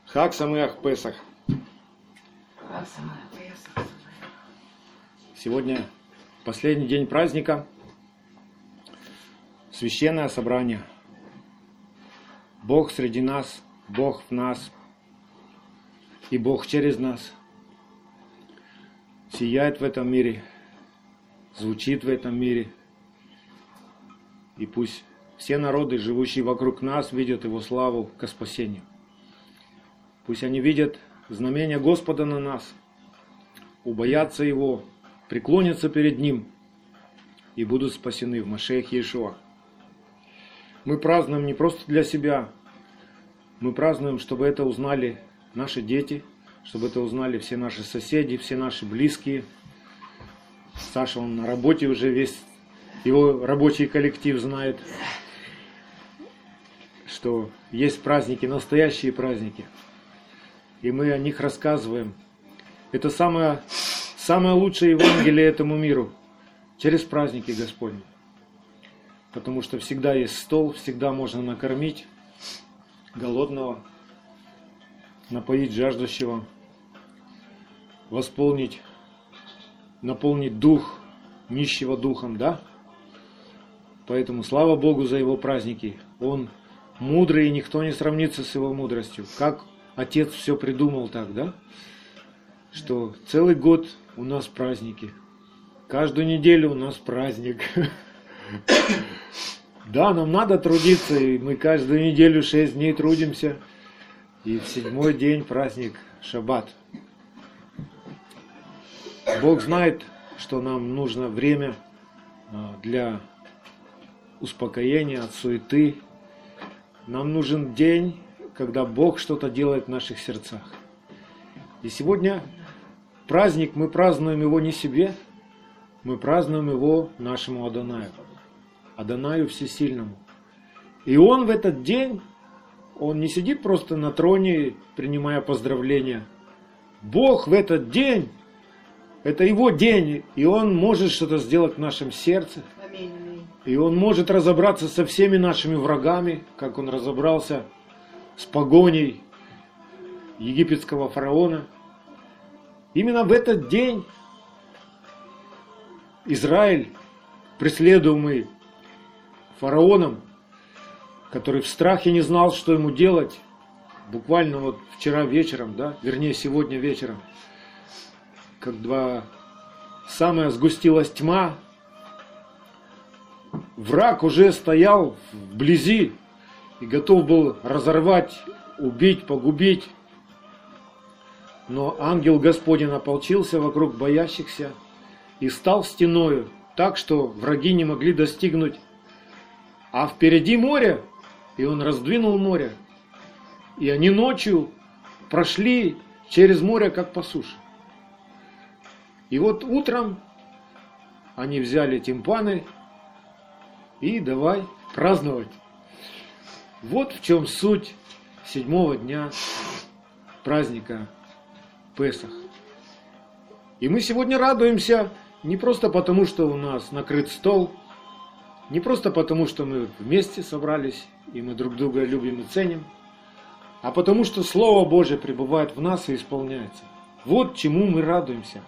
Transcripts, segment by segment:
Хаг Самеах Песах. Сегодня последний день праздника. Священное собрание. Бог среди нас, Бог в нас и Бог через нас. Сияет в этом мире, звучит в этом мире. И пусть все народы, живущие вокруг нас, видят Его славу ко спасению. Пусть они видят знамения Господа на нас, убоятся Его, преклонятся перед Ним и будут спасены в Машиахе Иешуа. Мы празднуем не просто для себя, мы празднуем, чтобы это узнали наши дети, чтобы это узнали все наши соседи, все наши близкие. Саша, он на работе уже весь, его рабочий коллектив знает, что есть праздники, настоящие праздники. И мы о них рассказываем. Это самое лучшее Евангелие этому миру. Через праздники Господни. Потому что всегда есть стол, всегда можно накормить голодного, напоить жаждущего, восполнить, наполнить дух нищего духом, да? Поэтому слава Богу за Его праздники. Он мудрый, и никто не сравнится с Его мудростью. Как Отец все придумал так, да? Что целый год у нас праздники. Каждую неделю у нас праздник. Да, нам надо трудиться, и мы каждую неделю 6 дней трудимся. И в 7-й день праздник Шаббат. Бог знает, что нам нужно время для успокоения от суеты. Нам нужен день, когда Бог что-то делает в наших сердцах. И сегодня праздник, мы празднуем его не себе, мы празднуем его нашему Адонаю, Адонаю Всесильному. И Он в этот день, Он не сидит просто на троне, принимая поздравления. Бог в этот день, это Его день, и Он может что-то сделать в нашем сердце. И Он может разобраться со всеми нашими врагами, как Он разобрался с погоней египетского фараона. Именно в этот день Израиль, преследуемый фараоном, который в страхе не знал, что ему делать, буквально вот вчера вечером, да, вернее сегодня вечером, когда самая сгустилась тьма, враг уже стоял вблизи и готов был разорвать, убить, погубить. Но ангел Господень ополчился вокруг боящихся и стал стеною, так что враги не могли достигнуть. А впереди море, и он раздвинул море. И они ночью прошли через море, как по суше. И вот утром они взяли тимпаны и давай праздновать. Вот в чем суть 7-го дня праздника Песах. И мы сегодня радуемся не просто потому, что у нас накрыт стол, не просто потому, что мы вместе собрались, и мы друг друга любим и ценим, а потому, что Слово Божие пребывает в нас и исполняется. Вот чему мы радуемся.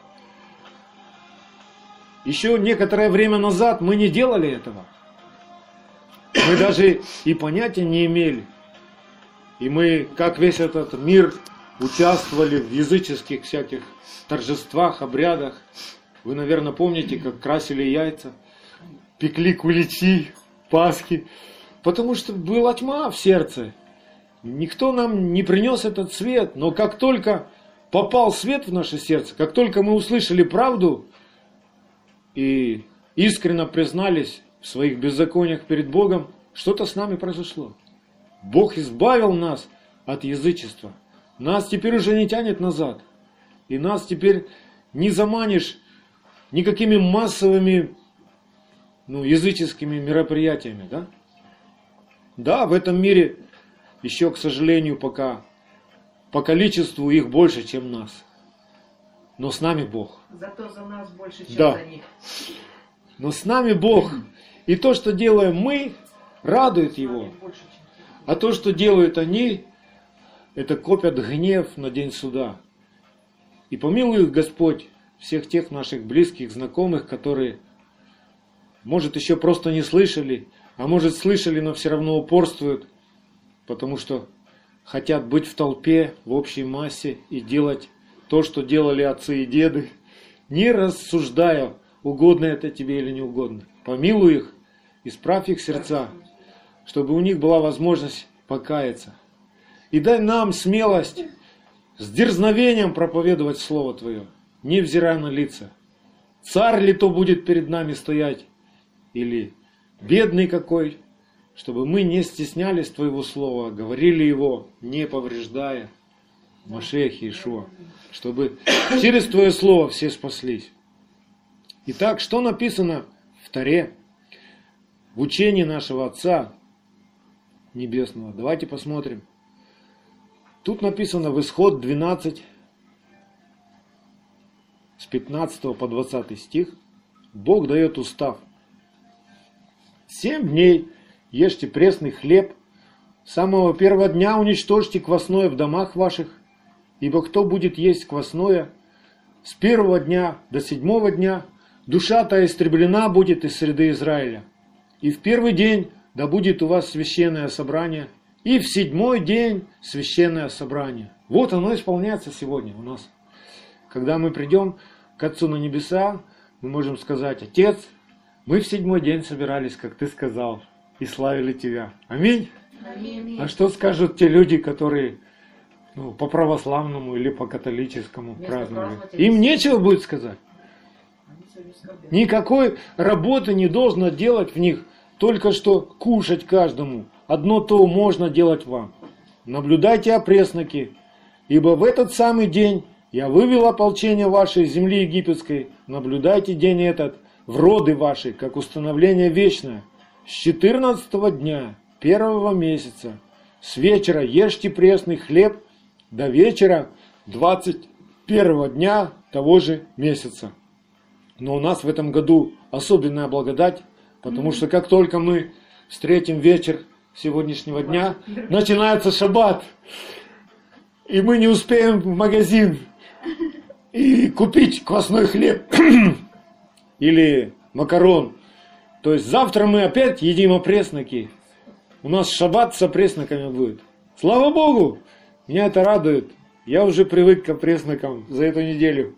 Еще некоторое время назад мы не делали этого. Мы даже и понятия не имели. И мы, как весь этот мир, участвовали в языческих всяких торжествах, обрядах. Вы, наверное, помните, как красили яйца, пекли куличи, пасхи. Потому что была тьма в сердце. Никто нам не принес этот свет. Но как только попал свет в наше сердце, как только мы услышали правду и искренне признались в своих беззакониях перед Богом, что-то с нами произошло. Бог избавил нас от язычества. Нас теперь уже не тянет назад. И нас теперь не заманишь никакими массовыми языческими мероприятиями. Да? Да, в этом мире еще, к сожалению, пока по количеству их больше, чем нас. Но с нами Бог. Зато за нас больше, чем да. за них. Но с нами Бог. И то, что делаем мы, радует Его. А то, что делают они, это копят гнев на день суда. И помилуй их, Господь, всех тех наших близких, знакомых, которые, может, еще просто не слышали, а может, слышали, но все равно упорствуют, потому что хотят быть в толпе, в общей массе и делать то, что делали отцы и деды, не рассуждая, угодно это тебе или не угодно. Помилуй их, исправь их сердца, чтобы у них была возможность покаяться. И дай нам смелость с дерзновением проповедовать Слово Твое, невзирая на лица. Царь ли то будет перед нами стоять, или бедный какой, чтобы мы не стеснялись Твоего Слова, говорили его, не повреждая. Машех Иешуа, чтобы через Твое Слово все спаслись. Итак, что написано в Торе, в учении нашего Отца Небесного? Давайте посмотрим. Тут написано в Исход 12, с 15 по 20 стих. Бог дает устав. 7 дней ешьте пресный хлеб, с самого первого дня уничтожьте квасное в домах ваших, ибо кто будет есть квасное, с первого дня до 7 дня душа та истреблена будет из среды Израиля. И в первый день да будет у вас священное собрание, и в 7-й день священное собрание. Вот оно исполняется сегодня у нас. Когда мы придем к Отцу на небеса, мы можем сказать: Отец, мы в 7-й день собирались, как Ты сказал, и славили Тебя. Аминь. Аминь. А что скажут те люди, которые по православному или по католическому праздновали? Им нечего будет сказать. Никакой работы не должно делать в них, только что кушать каждому. Одно то можно делать вам. Наблюдайте опресноки, ибо в этот самый день я вывел ополчение вашей земли египетской. Наблюдайте день этот в роды ваши, как установление вечное. С 14 дня 1 месяца с вечера ешьте пресный хлеб до вечера 21 дня того же месяца. Но у нас в этом году особенная благодать, потому что как только мы встретим вечер сегодняшнего дня, начинается шаббат, и мы не успеем в магазин и купить квасной хлеб или макарон. То есть завтра мы опять едим опресноки. У нас шаббат с опресноками будет. Слава Богу! Меня это радует. Я уже привык к опреснокам за эту неделю.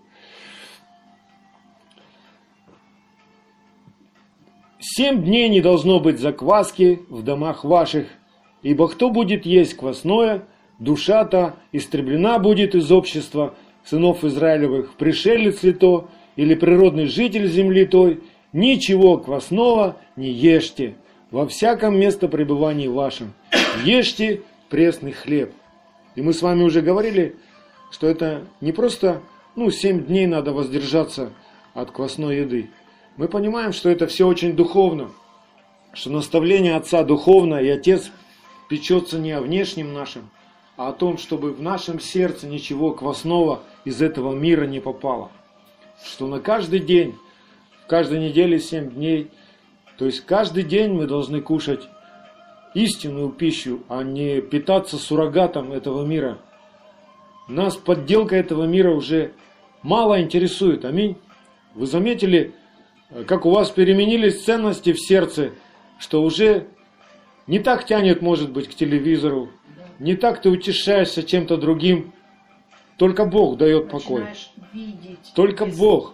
7 дней не должно быть закваски в домах ваших, ибо кто будет есть квасное, душа-то истреблена будет из общества сынов Израилевых, пришелец ли то, или природный житель земли той, ничего квасного не ешьте во всяком местопребывании вашем. Ешьте пресный хлеб. И мы с вами уже говорили, что это не просто 7 дней надо воздержаться от квасной еды. Мы понимаем, что это все очень духовно, что наставление Отца духовно, и Отец печется не о внешнем нашем, а о том, чтобы в нашем сердце ничего квасного из этого мира не попало. Что на каждый день, в каждой неделе 7 дней, то есть каждый день мы должны кушать истинную пищу, а не питаться суррогатом этого мира. Нас подделка этого мира уже мало интересует. Аминь. Вы заметили, как у вас переменились ценности в сердце, что уже не так тянет, может быть, к телевизору, не так ты утешаешься чем-то другим. Только Бог дает покой. Только Бог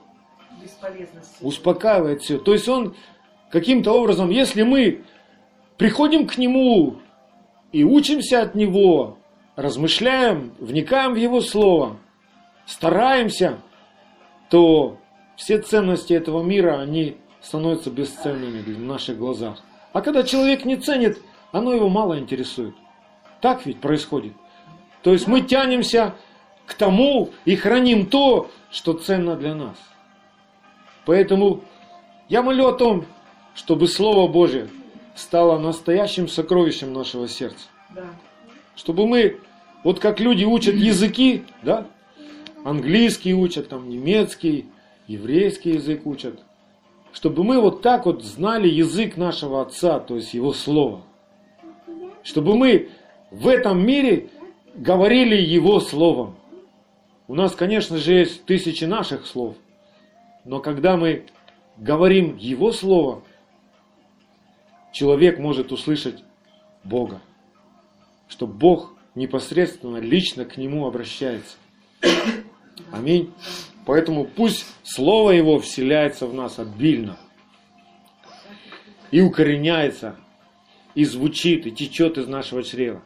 успокаивает все. То есть Он каким-то образом, если мы приходим к Нему и учимся от Него, размышляем, вникаем в Его Слово, стараемся, то все ценности этого мира, они становятся бесценными в наших глазах. А когда человек не ценит, оно его мало интересует. Так ведь происходит. То есть мы тянемся к тому и храним то, что ценно для нас. Поэтому я молю о том, чтобы Слово Божие стало настоящим сокровищем нашего сердца. Чтобы мы, вот как люди учат языки, да, английский учат, там, немецкий, еврейский язык учат, чтобы мы вот так вот знали язык нашего Отца, то есть Его Слово. Чтобы мы в этом мире говорили Его Словом. У нас, конечно же, есть тысячи наших слов. Но когда мы говорим Его Слово, человек может услышать Бога. Что Бог непосредственно, лично к нему обращается. Аминь. Поэтому пусть Слово Его вселяется в нас обильно. И укореняется, и звучит, и течет из нашего чрева.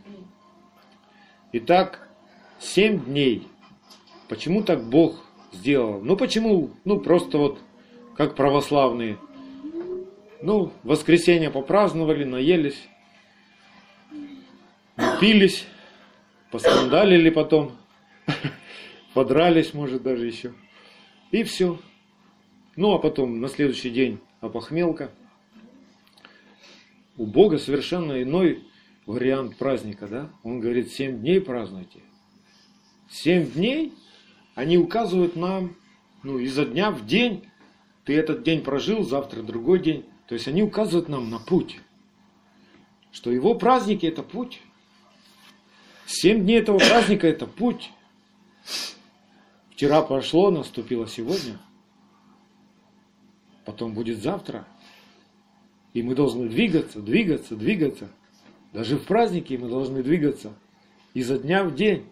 Итак, 7 дней. Почему так Бог сделал? Ну почему? Ну просто вот как православные. Ну, в воскресенье попраздновали, наелись, напились, поскандалили потом, подрались, может, даже еще. И все. Ну, а потом на следующий день опохмелка. У Бога совершенно иной вариант праздника, да? Он говорит, 7 дней празднуйте. 7 дней, они указывают нам, ну, изо дня в день. Ты этот день прожил, завтра другой день. То есть они указывают нам на путь. Что его праздники это путь. 7 дней этого праздника это путь. Вчера прошло, наступило сегодня. Потом будет завтра. И мы должны двигаться, двигаться, двигаться. Даже в праздники мы должны двигаться. Изо дня в день.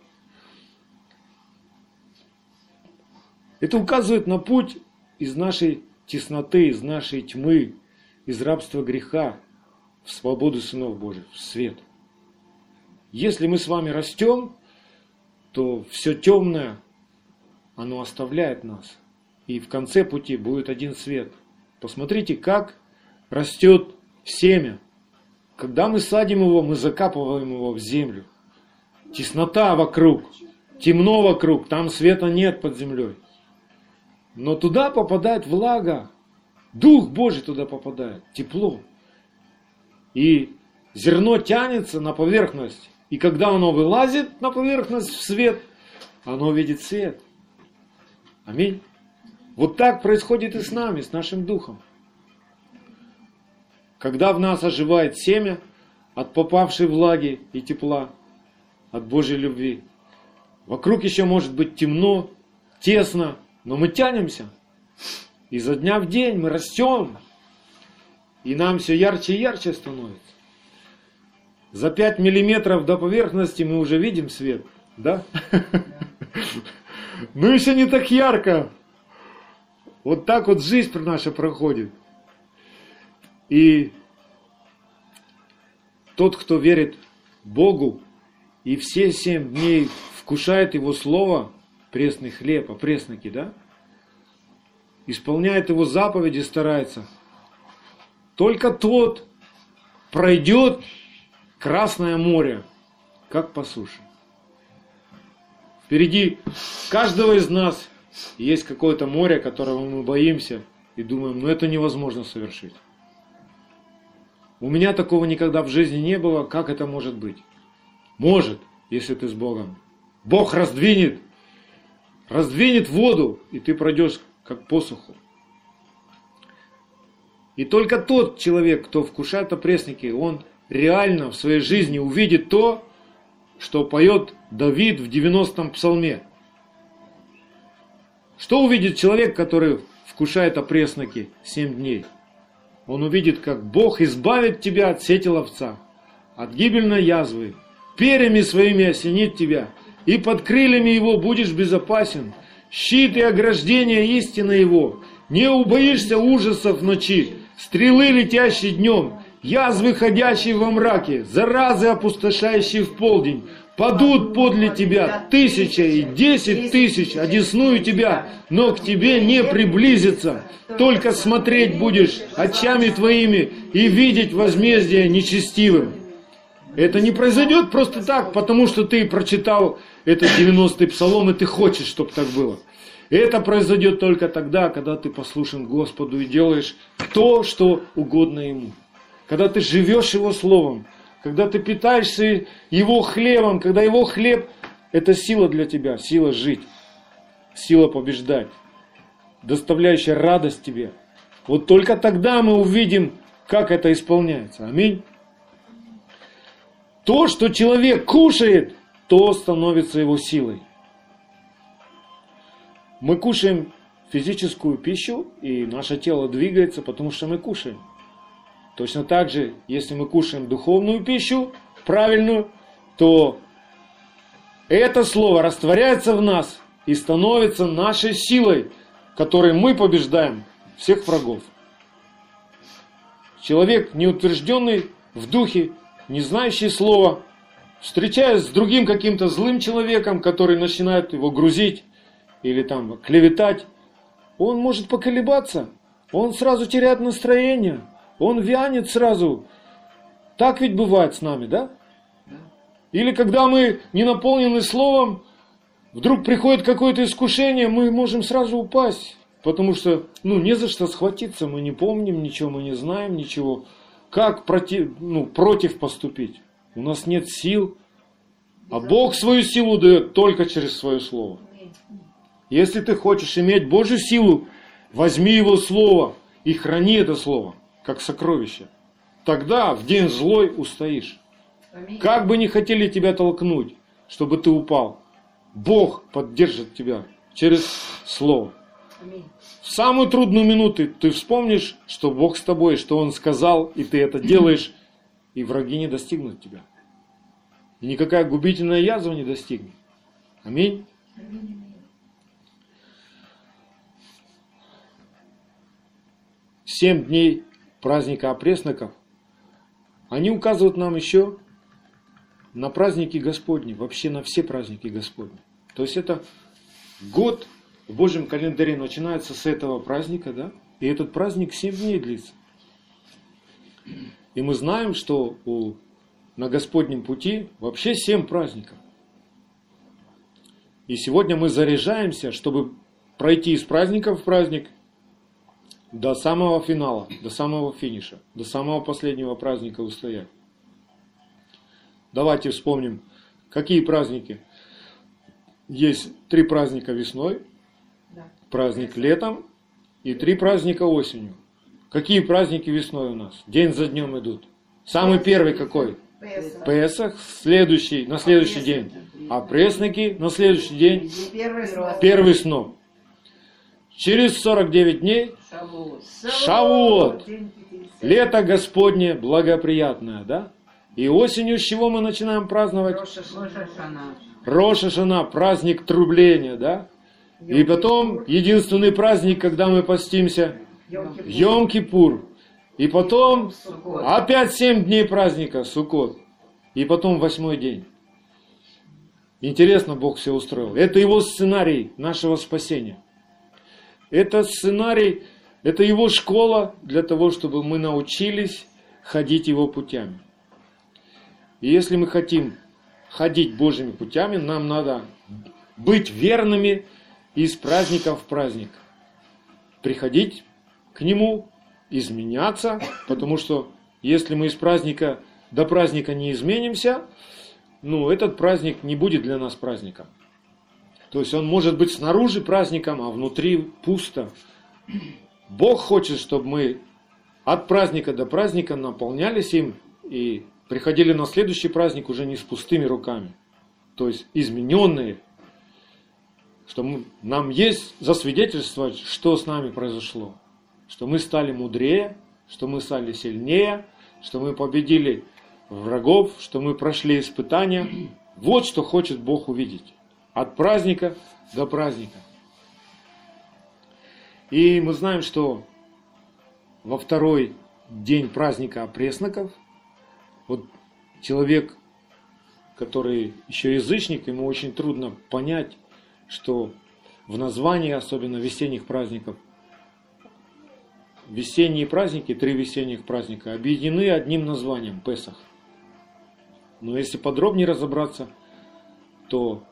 Это указывает на путь из нашей тесноты, из нашей тьмы, из рабства греха в свободу сынов Божьих, в свет. Если мы с вами растем, то все темное, оно оставляет нас. И в конце пути будет один свет. Посмотрите, как растет семя. Когда мы садим его, мы закапываем его в землю. Теснота вокруг, темно вокруг, там света нет под землей. Но туда попадает влага, Дух Божий туда попадает, тепло. И зерно тянется на поверхность. И когда оно вылазит на поверхность в свет, оно видит свет. Аминь. Вот так происходит и с нами, с нашим духом. Когда в нас оживает семя от попавшей влаги и тепла, от Божьей любви. Вокруг еще может быть темно, тесно, но мы тянемся. Изо дня в день мы растем. И нам все ярче и ярче становится. За 5 миллиметров до поверхности мы уже видим свет. Да? Но еще не так ярко. Вот так вот жизнь наша проходит. И тот, кто верит Богу, и все 7 дней вкушает Его Слово, пресный хлеб, опресноки, да? Исполняет Его заповеди, старается. Только тот пройдет Красное море, как по суше. Впереди каждого из нас есть какое-то море, которого мы боимся и думаем, ну это невозможно совершить. У меня такого никогда в жизни не было, как это может быть? Может, если ты с Богом. Бог раздвинет воду, и ты пройдешь как посуху. И только тот человек, кто вкушает опресники, он реально в своей жизни увидит то, что поет Давид в 90-м псалме. Что увидит человек, который вкушает опресноки 7 дней? Он увидит, как Бог избавит тебя от сети ловца, от гибельной язвы, перьями своими осенит тебя, и под крыльями его будешь безопасен. Щит и ограждение истины его. Не убоишься ужасов ночи, стрелы, летящие днем, язвы, ходящие во мраке, заразы, опустошающие в полдень. Падут подле тебя 1000 и 10 000, одесную тебя, но к тебе не приблизится. Только смотреть будешь очами твоими и видеть возмездие нечестивым. Это не произойдет просто так, потому что ты прочитал этот 90-й псалом, и ты хочешь, чтобы так было. Это произойдет только тогда, когда ты послушен Господу и делаешь то, что угодно Ему. Когда ты живешь Его Словом, когда ты питаешься Его хлебом, когда Его хлеб – это сила для тебя, сила жить, сила побеждать, доставляющая радость тебе. Вот только тогда мы увидим, как это исполняется. Аминь. То, что человек кушает, то становится его силой. Мы кушаем физическую пищу, и наше тело двигается, потому что мы кушаем. Точно так же, если мы кушаем духовную пищу, правильную, то это слово растворяется в нас и становится нашей силой, которой мы побеждаем всех врагов. Человек, неутвержденный в духе, не знающий слова, встречаясь с другим каким-то злым человеком, который начинает его грузить или там клеветать, он может поколебаться, он сразу теряет настроение, он вянет сразу. Так ведь бывает с нами, да? Или когда мы не наполнены словом, вдруг приходит какое-то искушение, мы можем сразу упасть. Потому что, не за что схватиться, мы не помним ничего, мы не знаем ничего. Как против поступить? У нас нет сил, а Бог свою силу дает только через свое слово. Если ты хочешь иметь Божью силу, возьми Его слово и храни это слово, как сокровище. Тогда в день злой устоишь. Как бы ни хотели тебя толкнуть, чтобы ты упал, Бог поддержит тебя через слово. В самую трудную минуту ты вспомнишь, что Бог с тобой, что Он сказал, и ты это делаешь, и враги не достигнут тебя. И никакая губительная язва не достигнет. Аминь. 7 дней праздника опресноков, они указывают нам еще на праздники Господни, вообще на все праздники Господни. То есть это год в Божьем календаре начинается с этого праздника, да? И этот праздник 7 дней длится. И мы знаем, что на Господнем пути вообще 7 праздников. И сегодня мы заряжаемся, чтобы пройти из праздника в праздник до самого финала, до самого финиша, до самого последнего праздника устоять. Давайте вспомним, какие праздники. Есть 3 праздника весной, праздник летом и 3 праздника осенью. Какие праздники весной у нас? День за днем идут. Самый первый какой? Песах, на следующий день. Опресники, на следующий день первый сноп. Через 49 дней Шавуот. Лето Господне благоприятное, да? И осенью с чего мы начинаем праздновать? Рош ха-Шана, праздник трубления, да? И потом единственный праздник, когда мы постимся, Йом-Кипур. И потом опять 7 дней праздника, Суккот. И потом 8-й день. Интересно Бог все устроил. Это Его сценарий нашего спасения. Это сценарий, это Его школа для того, чтобы мы научились ходить Его путями. И если мы хотим ходить Божьими путями, нам надо быть верными из праздника в праздник. Приходить к Нему, изменяться, потому что если мы из праздника до праздника не изменимся, этот праздник не будет для нас праздником. То есть он может быть снаружи праздником, а внутри пусто. Бог хочет, чтобы мы от праздника до праздника наполнялись им и приходили на следующий праздник уже не с пустыми руками. То есть измененные. Что нам есть засвидетельствовать, что с нами произошло. Что мы стали мудрее, что мы стали сильнее, что мы победили врагов, что мы прошли испытания. Вот что хочет Бог увидеть. От праздника до праздника. И мы знаем, что во 2-й день праздника опресноков, вот человек, который еще язычник, ему очень трудно понять, что в названии, особенно весенних праздников, весенние праздники, 3 весенних праздника, объединены одним названием – Песах. Но если подробнее разобраться, то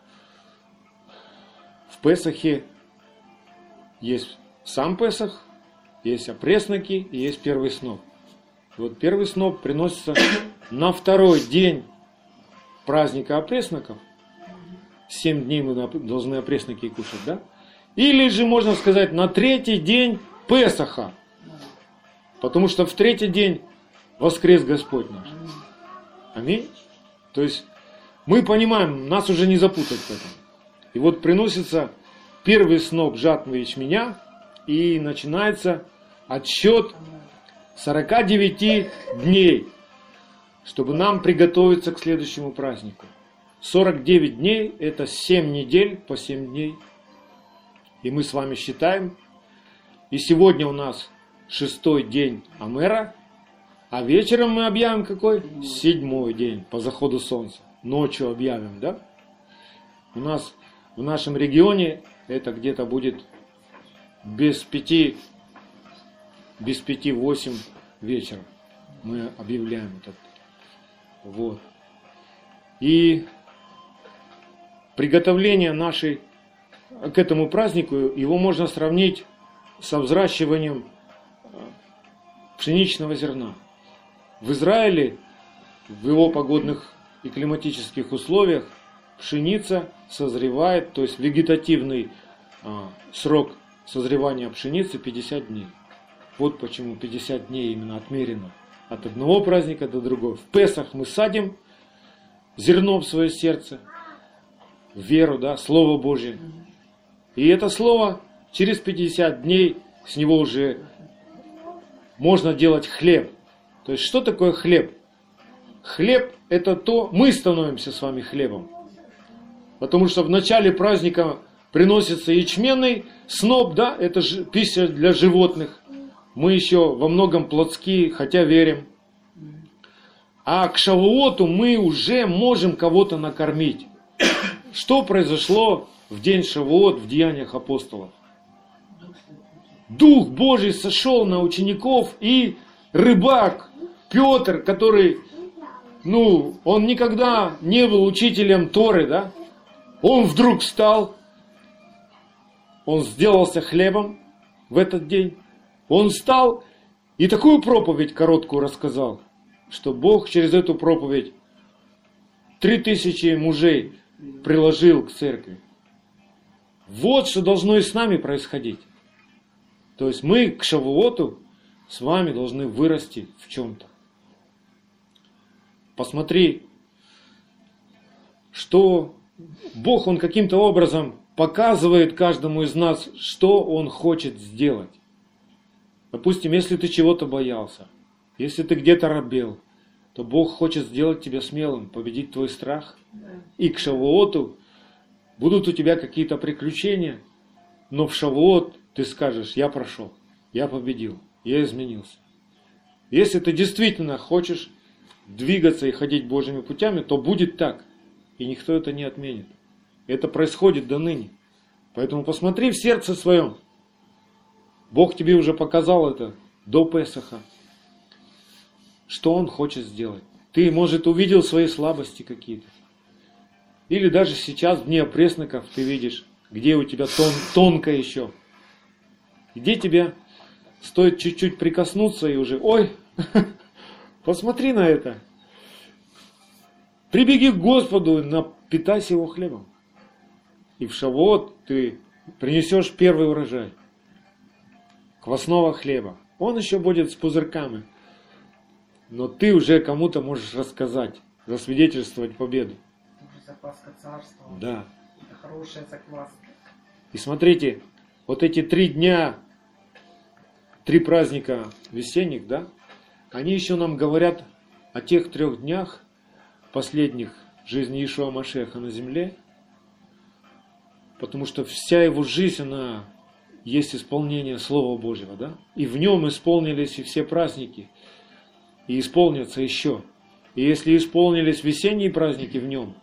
в Песахе есть сам Песах, есть опресноки и есть первый сноп. И вот первый сноп приносится на 2-й день праздника опресноков. 7 дней мы должны опресноки кушать, да? Или же, можно сказать, на 3-й день Песаха. Потому что в 3-й день воскрес Господь наш. Аминь. То есть мы понимаем, нас уже не запутать в этом. И вот приносится первый сноп жатвы ячменя, и начинается отсчет 49 дней, чтобы нам приготовиться к следующему празднику. 49 дней – это 7 недель по 7 дней. И мы с вами считаем. И сегодня у нас 6-й день Амера, а вечером мы объявим какой? 7-й день по заходу солнца. Ночью объявим, да? У нас в нашем регионе это где-то будет без 5-8 вечера. Мы объявляем это. Вот. И приготовление нашей к этому празднику, его можно сравнить со взращиванием пшеничного зерна. В Израиле, в его погодных и климатических условиях, пшеница созревает, то есть вегетативный срок созревания пшеницы 50 дней. Вот почему 50 дней именно отмерено от одного праздника до другого. В Песах мы садим зерно в свое сердце, в веру, да, Слово Божье. И это Слово через 50 дней с него уже можно делать хлеб. То есть что такое хлеб? Хлеб это то, мы становимся с вами хлебом. Потому что в начале праздника приносится ячменный сноп, да, это пища для животных. Мы еще во многом плотские, хотя верим. А к Шавуоту мы уже можем кого-то накормить. Что произошло в день Шавуот в Деяниях апостолов? Дух Божий сошел на учеников, и рыбак Петр, который, он никогда не был учителем Торы, да? Он вдруг встал, он сделался хлебом в этот день. Он встал и такую проповедь короткую рассказал, что Бог через эту проповедь 3000 мужей приложил к церкви. Вот что должно и с нами происходить. То есть мы к Шавуоту с вами должны вырасти в чем-то. Посмотри, что Бог, Он каким-то образом показывает каждому из нас, что Он хочет сделать. Допустим, если ты чего-то боялся, если ты где-то робел, то Бог хочет сделать тебя смелым, победить твой страх. И к Шавуоту будут у тебя какие-то приключения, но в Шавуот ты скажешь: я прошел, я победил, я изменился. Если ты действительно хочешь двигаться и ходить Божьими путями, то будет так, и никто это не отменит. Это происходит до ныне. Поэтому посмотри в сердце своем. Бог тебе уже показал это до Песаха. Что Он хочет сделать. Ты, может, увидел свои слабости какие-то. Или даже сейчас в дни опресноков ты видишь, где у тебя тонко еще. Где тебе стоит чуть-чуть прикоснуться и уже, ой, посмотри на это. Прибеги к Господу, напитайся Его хлебом. И в Шавуот ты принесешь первый урожай. Квасного хлеба. Он еще будет с пузырьками. Но ты уже кому-то можешь рассказать, засвидетельствовать победу. Закваска царства. Да. Это хорошая закваска. И смотрите, вот эти 3 дня, 3 праздника весенних, да, они еще нам говорят о тех 3 днях последних жизни Иешуа Машеха на земле, потому что вся его жизнь, она есть исполнение Слова Божьего, да, и в нем исполнились и все праздники, и исполнятся еще. И если исполнились весенние праздники в нем,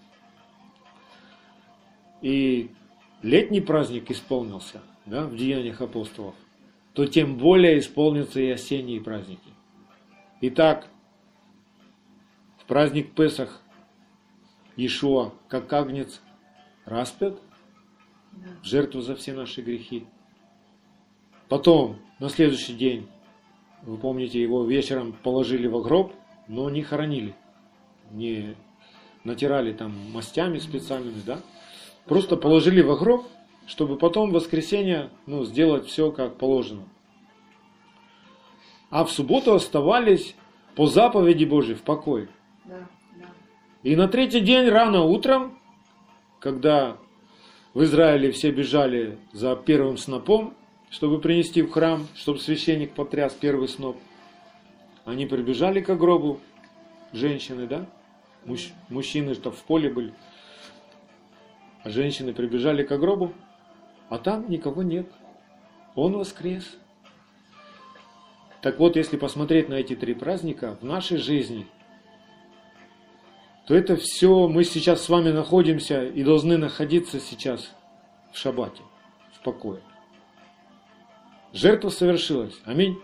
и летний праздник исполнился, да, в Деяниях апостолов, то тем более исполнятся и осенние праздники. Итак, в праздник Песах Иешуа, как агнец, распят в жертву за все наши грехи. Потом, на следующий день, вы помните, его вечером положили во гроб, но не хоронили, не натирали там мастями специальными, да? Просто положили во гроб, чтобы потом в воскресенье сделать все как положено. А в субботу оставались по заповеди Божьей в покое. Да, да. И на третий день рано утром, когда в Израиле все бежали за первым снопом, чтобы принести в храм, чтобы священник потряс первый сноп, они прибежали к гробу, женщины, да? Мужчины-то в поле были, а женщины прибежали к гробу, а там никого нет. Он воскрес. Так вот, если посмотреть на эти 3 праздника в нашей жизни, то это все мы сейчас с вами находимся и должны находиться сейчас в шаббате, в покое. Жертва совершилась. Аминь.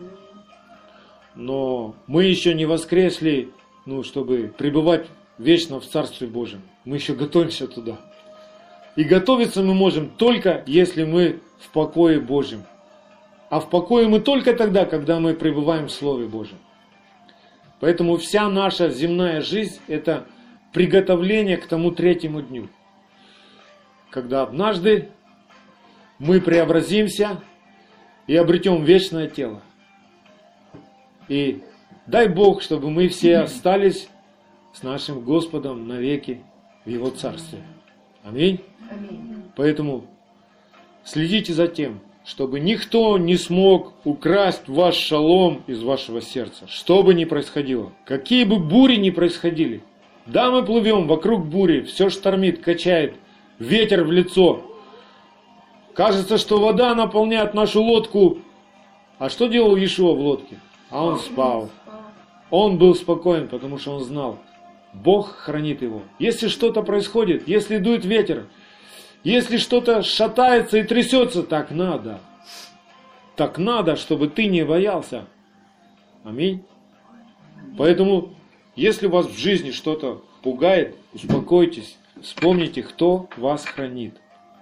Но мы еще не воскресли, чтобы пребывать вечно в Царстве Божьем. Мы еще готовимся туда. И готовиться мы можем только, если мы в покое Божьем. А в покое мы только тогда, когда мы пребываем в Слове Божьем. Поэтому вся наша земная жизнь – это приготовление к тому 3-му дню. Когда однажды мы преобразимся и обретем вечное тело. И дай Бог, чтобы мы все остались с нашим Господом навеки в Его Царстве. Аминь. Аминь. Поэтому следите за тем, чтобы никто не смог украсть ваш шалом из вашего сердца. Что бы ни происходило, какие бы бури ни происходили. Да, мы плывем вокруг бури, все штормит, качает, ветер в лицо. Кажется, что вода наполняет нашу лодку. А что делал Иешуа в лодке? А он спал. Он был спокоен, потому что он знал, Бог хранит его. Если что-то происходит, если дует ветер, если что-то шатается и трясется, так надо. Так надо, чтобы ты не боялся. Аминь. Поэтому, если вас в жизни что-то пугает, успокойтесь. Вспомните, кто вас хранит.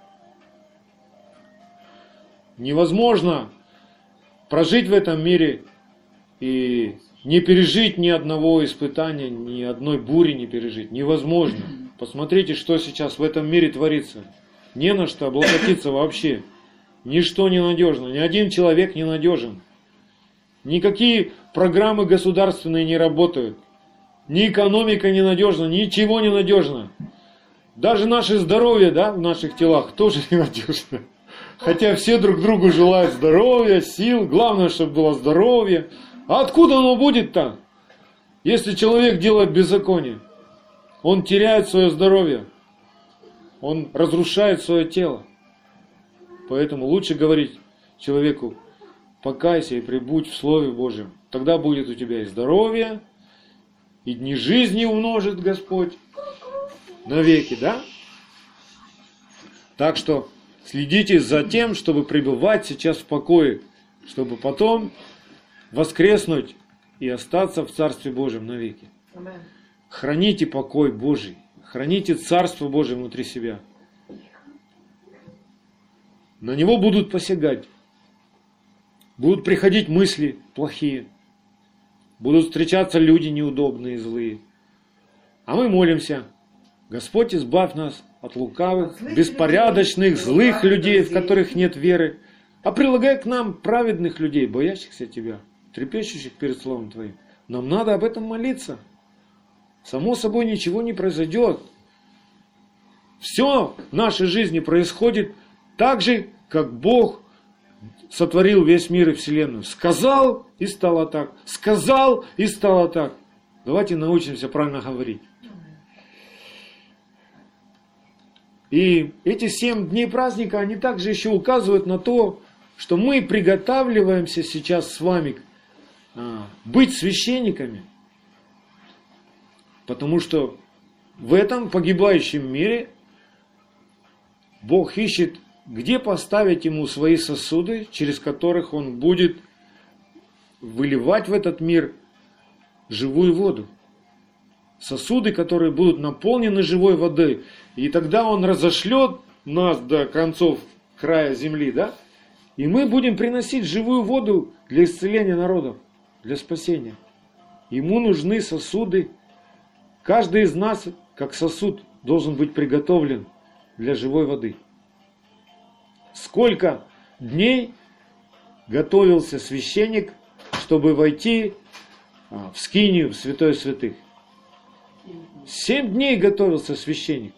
Невозможно прожить в этом мире и не пережить ни одного испытания, ни одной бури не пережить. Невозможно. Посмотрите, что сейчас в этом мире творится. Не на что облокотиться вообще. Ничто не надежно. Ни один человек не надежен. Никакие программы государственные не работают. Ни экономика не надежна, ничего не надежно. Даже наше здоровье, да, в наших телах тоже не надежно. Хотя все друг другу желают здоровья, сил. Главное, чтобы было здоровье. А откуда оно будет-то? Если человек делает беззаконие, он теряет свое здоровье. Он разрушает свое тело. Поэтому лучше говорить человеку: покайся и пребудь в Слове Божьем. Тогда будет у тебя и здоровье, и дни жизни умножит Господь навеки, да? Так что следите за тем, чтобы пребывать сейчас в покое, чтобы потом воскреснуть и остаться в Царстве Божьем навеки. Аминь. Храните покой Божий, храните Царство Божие внутри себя. На него будут посягать, будут приходить мысли плохие, будут встречаться люди неудобные, злые. А мы молимся: Господь, избавь нас от лукавых, беспорядочных, злых людей, в которых нет веры, а прилагай к нам праведных людей, боящихся Тебя, трепещущих перед Словом Твоим. Нам надо об этом молиться. Само собой ничего не произойдет. Все в нашей жизни происходит так же, как Бог сотворил весь мир и вселенную. Сказал, и стало так. Сказал, и стало так. Давайте научимся правильно говорить. И эти 7 дней праздника, они также еще указывают на то, что мы приготавливаемся сейчас с вами быть священниками. Потому что в этом погибающем мире Бог ищет, где поставить Ему свои сосуды, через которых Он будет выливать в этот мир живую воду. Сосуды, которые будут наполнены живой водой. И тогда Он разошлет нас до концов края земли, да? И мы будем приносить живую воду для исцеления народов, для спасения. Ему нужны сосуды. Каждый из нас, как сосуд, должен быть приготовлен для живой воды. Сколько дней готовился священник, чтобы войти в скинию, в святое святых? 7 дней готовился священник.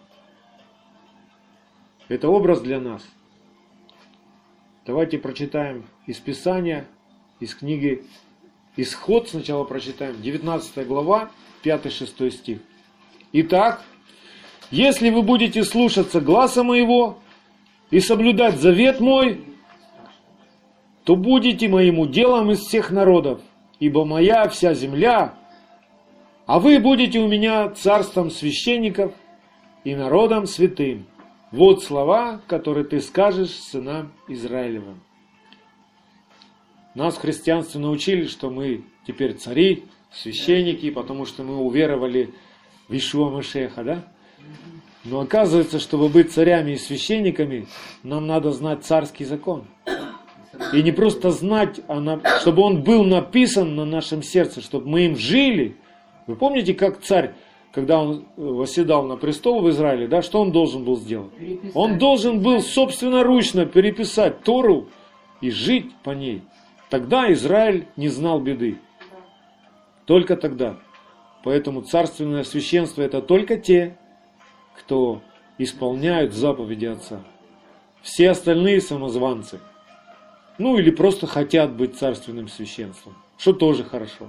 Это образ для нас. Давайте прочитаем из Писания, из книги Исход. Сначала прочитаем 19 глава, 5-6 стих. Итак, если вы будете слушаться гласа моего и соблюдать завет мой, то будете моим уделом из всех народов, ибо моя вся земля, а вы будете у меня царством священников и народом святым. Вот слова, которые ты скажешь сынам Израилевым. Нас в христианстве научили, что мы теперь цари, священники, потому что мы уверовали в Иешуа Машеха, да? Но оказывается, чтобы быть царями и священниками, нам надо знать царский закон. И не просто знать, а чтобы он был написан на нашем сердце, чтобы мы им жили. Вы помните, как царь, когда он восседал на престол в Израиле, да, что он должен был сделать? Он должен был собственноручно переписать Тору и жить по ней. Тогда Израиль не знал беды. Только тогда. Поэтому царственное священство — это только те, кто исполняют заповеди Отца. Все остальные самозванцы. Ну или просто хотят быть царственным священством, что тоже хорошо.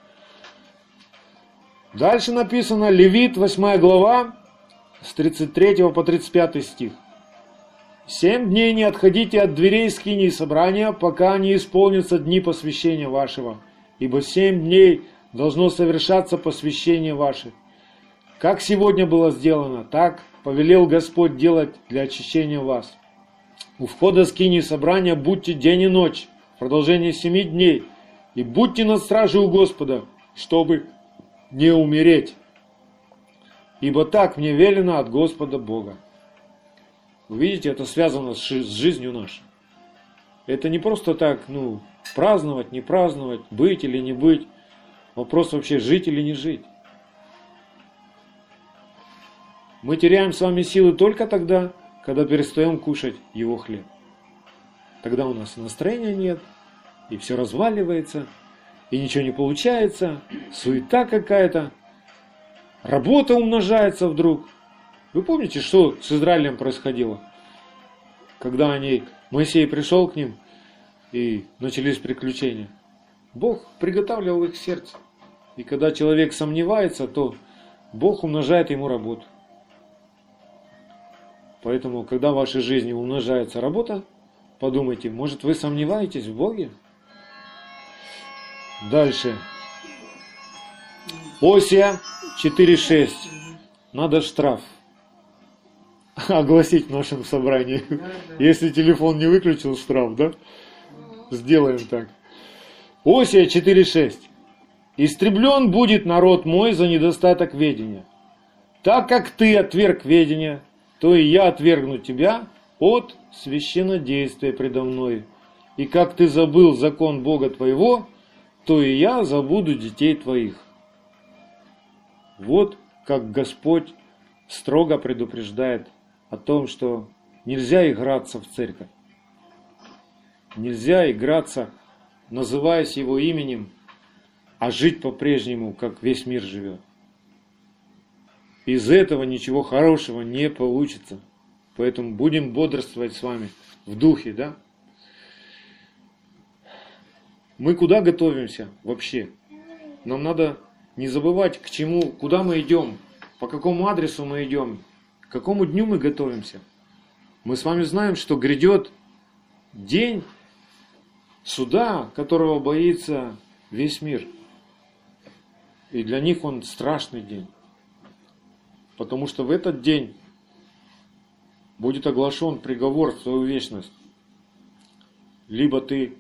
Дальше написано Левит, 8 глава, с 33 по 35 стих. 7 дней не отходите от дверей скинии собрания, пока не исполнятся дни посвящения вашего, ибо 7 дней должно совершаться посвящение ваше. Как сегодня было сделано, так повелел Господь делать для очищения вас. У входа скинии собрания будьте день и ночь, в продолжение 7 дней, и будьте на страже у Господа, чтобы не умереть. Ибо так мне велено от Господа Бога. Вы видите, это связано с жизнью нашей. Это не просто так, праздновать, не праздновать, быть или не быть. Вопрос вообще, жить или не жить. Мы теряем с вами силы только тогда, когда перестаем кушать его хлеб. Тогда у нас настроения нет, и все разваливается, и ничего не получается, суета какая-то, работа умножается вдруг. Вы помните, что с Израилем происходило? Когда Моисей пришел к ним, и начались приключения. Бог приготавливал их сердце. И когда человек сомневается, то Бог умножает ему работу. Поэтому, когда в вашей жизни умножается работа, подумайте, может, вы сомневаетесь в Боге? Дальше. Осия 4.6. Надо штраф огласить в нашем собрании. Если телефон не выключил, штраф, да? Сделаем так. Осия 4.6. Истреблен будет народ мой за недостаток ведения. Так как ты отверг ведение, то и я отвергну тебя от священнодействия предо мной. И как ты забыл закон Бога твоего, то и я забуду детей твоих. Вот как Господь строго предупреждает о том, что нельзя играться в церковь. Нельзя играться, называясь Его именем, а жить по-прежнему, как весь мир живет. Из этого ничего хорошего не получится. Поэтому будем бодрствовать с вами в духе, да? Мы куда готовимся вообще? Нам надо не забывать, к чему, куда мы идем, по какому адресу мы идем, к какому дню мы готовимся. Мы с вами знаем, что грядет день суда, которого боится весь мир. И для них он страшный день. Потому что в этот день будет оглашен приговор в твою вечность. Либо ты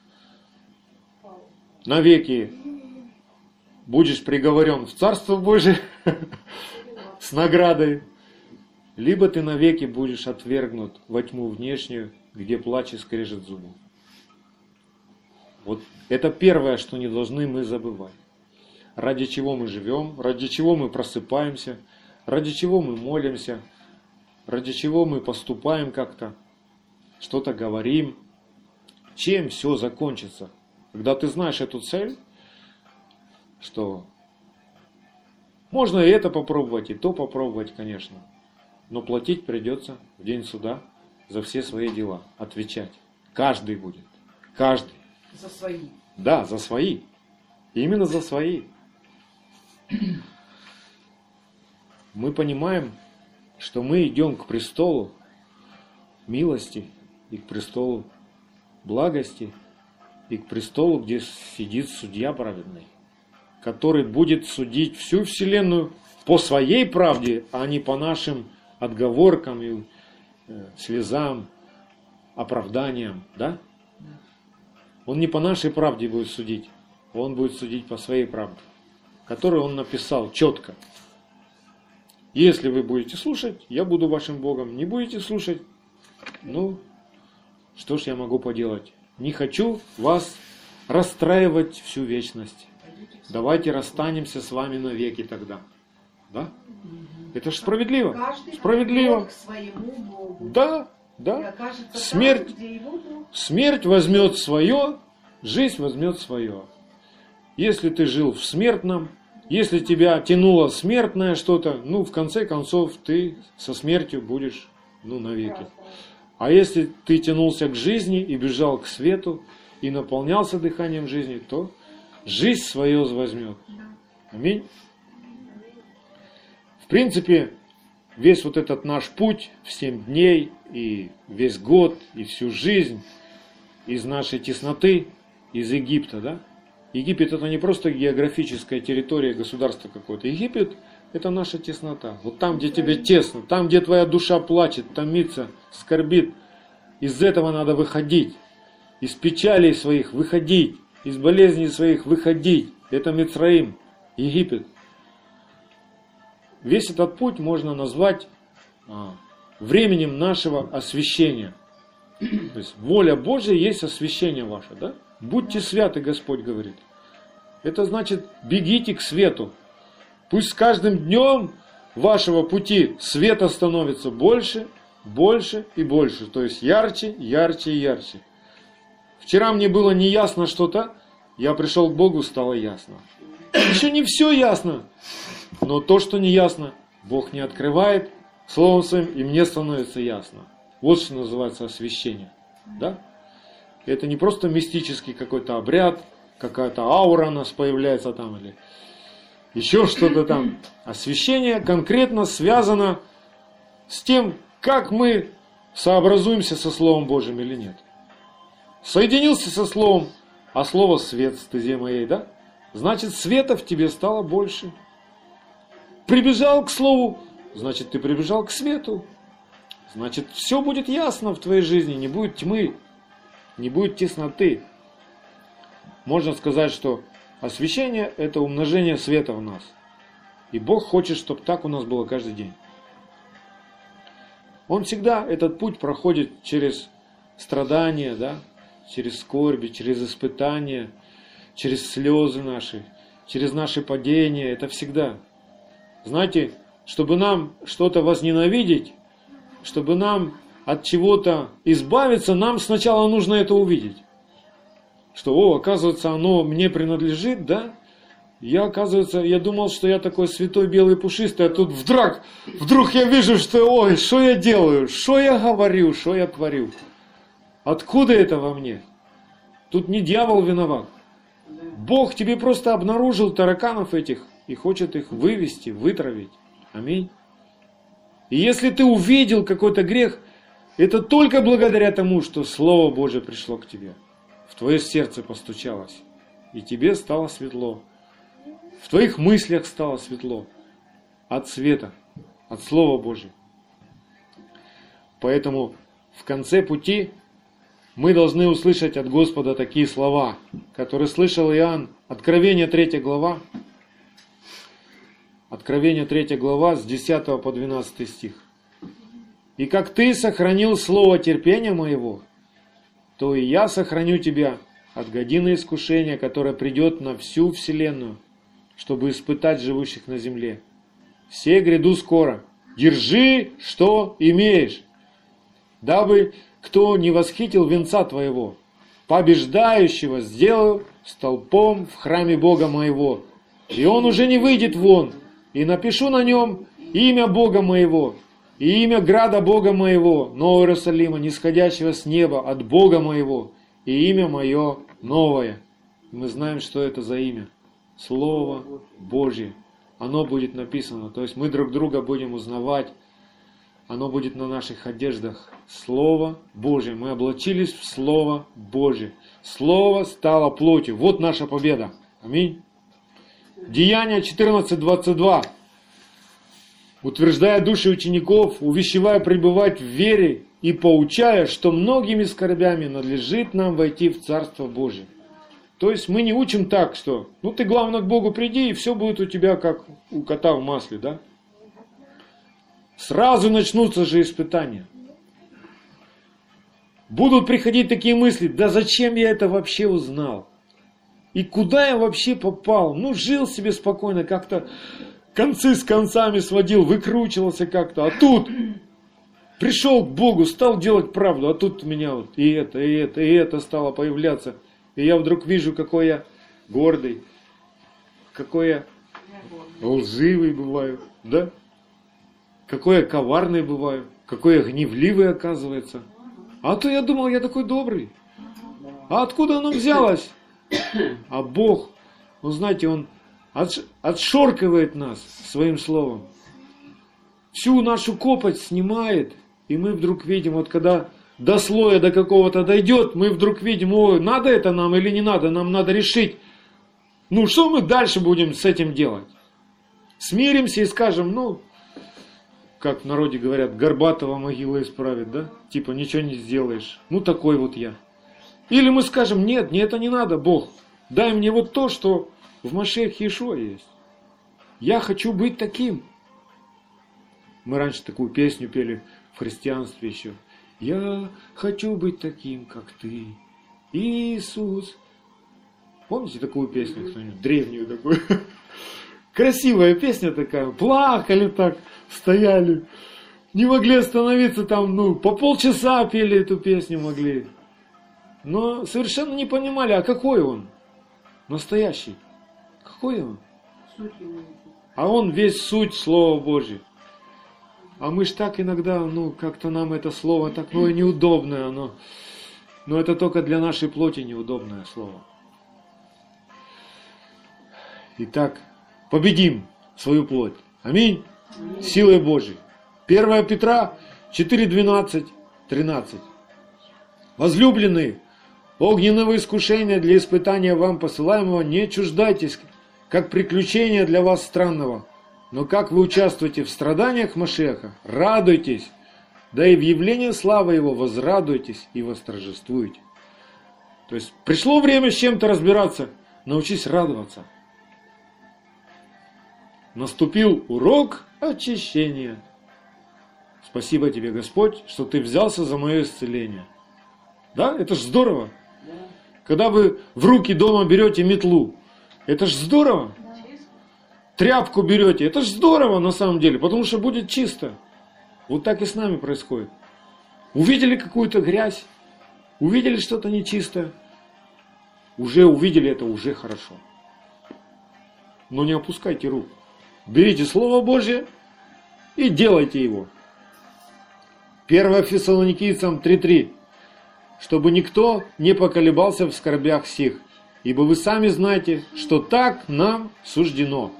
навеки будешь приговорен в Царство Божие с наградой, либо ты навеки будешь отвергнут во тьму внешнюю, где плач и скрежет зубов. Вот это первое, что не должны мы забывать. Ради чего мы живем, ради чего мы просыпаемся, ради чего мы молимся, ради чего мы поступаем как-то, что-то говорим, чем все закончится. Когда ты знаешь эту цель, что Можно и это попробовать, и то попробовать, конечно. Но платить придется в день суда за все свои дела. Отвечать. Каждый будет. Каждый. За свои. Да, за свои. Именно за свои. Мы понимаем, что мы идем к престолу милости и к престолу благости и к престолу, где сидит судья праведный, который будет судить всю вселенную по своей правде, а не по нашим отговоркам и слезам, оправданиям, да? Он не по нашей правде будет судить, он будет судить по своей правде, которую он написал четко. Если вы будете слушать, я буду вашим Богом. Не будете слушать, ну, что ж я могу поделать? Не хочу вас расстраивать всю вечность. Давайте расстанемся с вами навеки тогда. Да? Это же справедливо. Каждый Справедливо. к своему Богу. Да, И да. окажется Смерть. там, где его Бог. Смерть возьмет свое, жизнь возьмет свое. Если ты жил в смертном, если тебя тянуло смертное что-то, ну, в конце концов, ты со смертью будешь, ну, навеки. А если ты тянулся к жизни и бежал к свету, и наполнялся дыханием жизни, то жизнь свое возьмет. Аминь. В принципе, весь вот этот наш путь в 7 дней, и весь год, и всю жизнь из нашей тесноты, из Египта, да? Египет это не просто географическая территория, государство какое-то. Египет это наша теснота. Вот там, где тебе тесно, там, где твоя душа плачет, томится, скорбит. Из этого надо выходить. Из печалей своих выходить. Из болезней своих выходить. Это Мицраим, Египет. Весь этот путь можно назвать временем нашего освящения. То есть воля Божья есть освящение ваше, да? Будьте святы, Господь говорит. Это значит, бегите к свету. Пусть с каждым днем вашего пути света становится больше, больше и больше. То есть ярче, ярче и ярче. Вчера мне было неясно что-то, я пришел к Богу, стало ясно. Еще не все ясно, но то, что не ясно, Бог не открывает Словом Своим, и мне становится ясно. Вот что называется освящение. Да? Это не просто мистический какой-то обряд, какая-то аура у нас появляется там, или еще что-то там. Освящение конкретно связано с тем, как мы сообразуемся со Словом Божьим или нет. Соединился со Словом, а Слово свет в стезе моей, да? Значит, света в тебе стало больше. Прибежал к Слову, значит, ты прибежал к свету. Значит, все будет ясно в твоей жизни, не будет тьмы, не будет тесноты. Можно сказать, что освящение – это умножение света в нас. И Бог хочет, чтобы так у нас было каждый день. Он всегда этот путь проходит через страдания, да? Через скорби, через испытания, через слезы наши, через наши падения. Это всегда. Знаете, чтобы нам что-то возненавидеть, чтобы нам от чего-то избавиться, нам сначала нужно это увидеть. Что, оказывается, оно мне принадлежит, да? Я думал, что я такой святой белый пушистый, а тут вдруг я вижу, что, ой, что я делаю, что я говорю, что я творю. Откуда это во мне? Тут не дьявол виноват. Бог тебе просто обнаружил тараканов этих и хочет их вывести, вытравить. Аминь. И если ты увидел какой-то грех, это только благодаря тому, что Слово Божие пришло к тебе. В твое сердце постучалось. И тебе стало светло. В твоих мыслях стало светло. От света, от Слова Божьего. Поэтому в конце пути мы должны услышать от Господа такие слова, которые слышал Иоанн. Откровение 3 глава. Откровение 3 глава с 10 по 12 стих. «И как ты сохранил слово терпения моего, то и я сохраню тебя от годины искушения, которое придет на всю вселенную, чтобы испытать живущих на земле. Все гряду скоро. Держи, что имеешь, дабы кто не восхитил венца твоего. Побеждающего сделаю столпом в храме Бога моего, и он уже не выйдет вон, и напишу на нем имя Бога моего, и имя града Бога моего, Нового Иерусалима, нисходящего с неба от Бога моего, и имя мое новое». Мы знаем, что это за имя. Слово Божье. Оно будет написано. То есть мы друг друга будем узнавать. Оно будет на наших одеждах. Слово Божье. Мы облачились в Слово Божье. Слово стало плотью. Вот наша победа. Аминь. Деяния 14:22. «Утверждая души учеников, увещевая пребывать в вере и поучая, что многими скорбями надлежит нам войти в Царство Божие». То есть мы не учим так, что ты главное к Богу приди, и все будет у тебя как у кота в масле, да? Сразу начнутся же испытания. Будут приходить такие мысли: да зачем я это вообще узнал? И куда я вообще попал? Жил себе спокойно, как-то концы с концами сводил, выкручивался как-то. А тут пришел к Богу, стал делать правду, а тут у меня вот и это стало появляться. И я вдруг вижу, какой я гордый, какой я лживый бываю, да? Какой я коварный бываю, какой я гневливый оказывается. А то я думал, я такой добрый. А откуда оно взялось? А Бог, знаете, Он отшоркивает нас своим словом. Всю нашу копоть снимает, и мы вдруг видим, вот когда до слоя до какого-то дойдет, мы вдруг видим: ой, надо это нам или не надо, нам надо решить. Что мы дальше будем с этим делать? Смиримся и скажем, как в народе говорят, горбатого могила исправит, да? Типа ничего не сделаешь. Такой вот я. Или мы скажем: нет, мне это не надо, Бог. Дай мне вот то, что в Машиахе Иешуа есть. Я хочу быть таким. Мы раньше такую песню пели в христианстве еще. «Я хочу быть таким, как ты, Иисус». Помните такую песню, кто-нибудь? Древнюю такую. Красивая песня такая. Плакали так, стояли. Не могли остановиться там, по полчаса пели эту песню могли. Но совершенно не понимали, а какой он? Настоящий. Какой он? А он весь суть Слова Божьего. А мы ж так иногда, как-то нам это слово такое неудобное, оно. Но это только для нашей плоти неудобное слово. Итак, победим свою плоть. Аминь. Силой Божией. 1 Петра 4:12, 13. «Возлюбленные, огненного искушения для испытания вам посылаемого не чуждайтесь, как приключения для вас странного. Но как вы участвуете в страданиях Машиаха, радуйтесь, да и в явлении славы Его возрадуйтесь и восторжествуйте». То есть пришло время с чем-то разбираться, научись радоваться. Наступил урок очищения. Спасибо тебе, Господь, что ты взялся за мое исцеление. Да, это ж здорово. Когда вы в руки дома берете метлу, это ж здорово. Тряпку берете, это ж здорово на самом деле, потому что будет чисто. Вот так и с нами происходит. Увидели какую-то грязь, увидели что-то нечистое, уже увидели это, уже хорошо. Но не опускайте рук. Берите Слово Божье и делайте его. 1 Фессалоникийцам 3:3. «Чтобы никто не поколебался в скорбях сих, ибо вы сами знаете, что так нам суждено».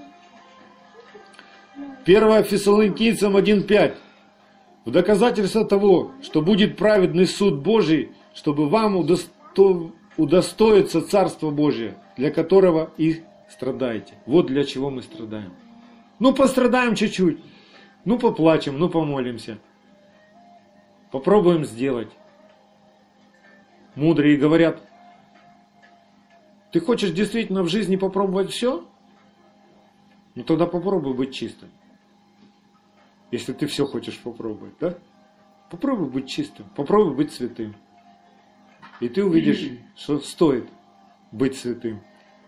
1 Фессалоникийцам 1:5. «В доказательство того, что будет праведный суд Божий, чтобы вам удостоиться Царства Божия, для которого и страдаете». Вот для чего мы страдаем. Пострадаем чуть-чуть, поплачем, помолимся. Попробуем сделать. Мудрые говорят: ты хочешь действительно в жизни попробовать все? Тогда попробуй быть чистым. Если ты все хочешь попробовать, да? Попробуй быть чистым, попробуй быть святым. И ты увидишь, что стоит быть святым.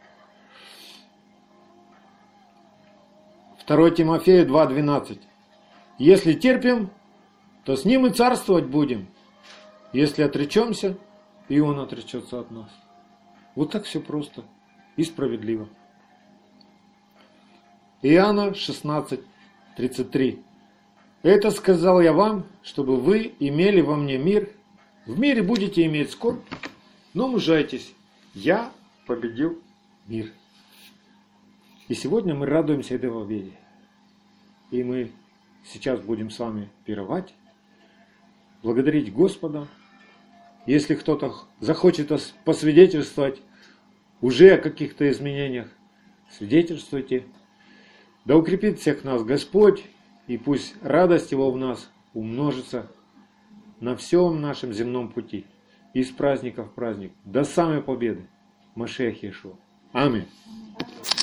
2 Тимофея 2:12. «Если терпим, то с ним и царствовать будем. Если отречемся, и он отречется от нас». Вот так все просто и справедливо. Иоанна 16:33. Это сказал я вам, чтобы вы имели во мне мир. В мире будете иметь скорбь, но мужайтесь. Я победил мир. И сегодня мы радуемся этой победе. И мы сейчас будем с вами пировать, благодарить Господа. Если кто-то захочет посвидетельствовать уже о каких-то изменениях, свидетельствуйте. Да укрепит всех нас Господь, и пусть радость Его в нас умножится на всем нашем земном пути. Из праздника в праздник, до самой победы. Машиах Иешуа. Аминь.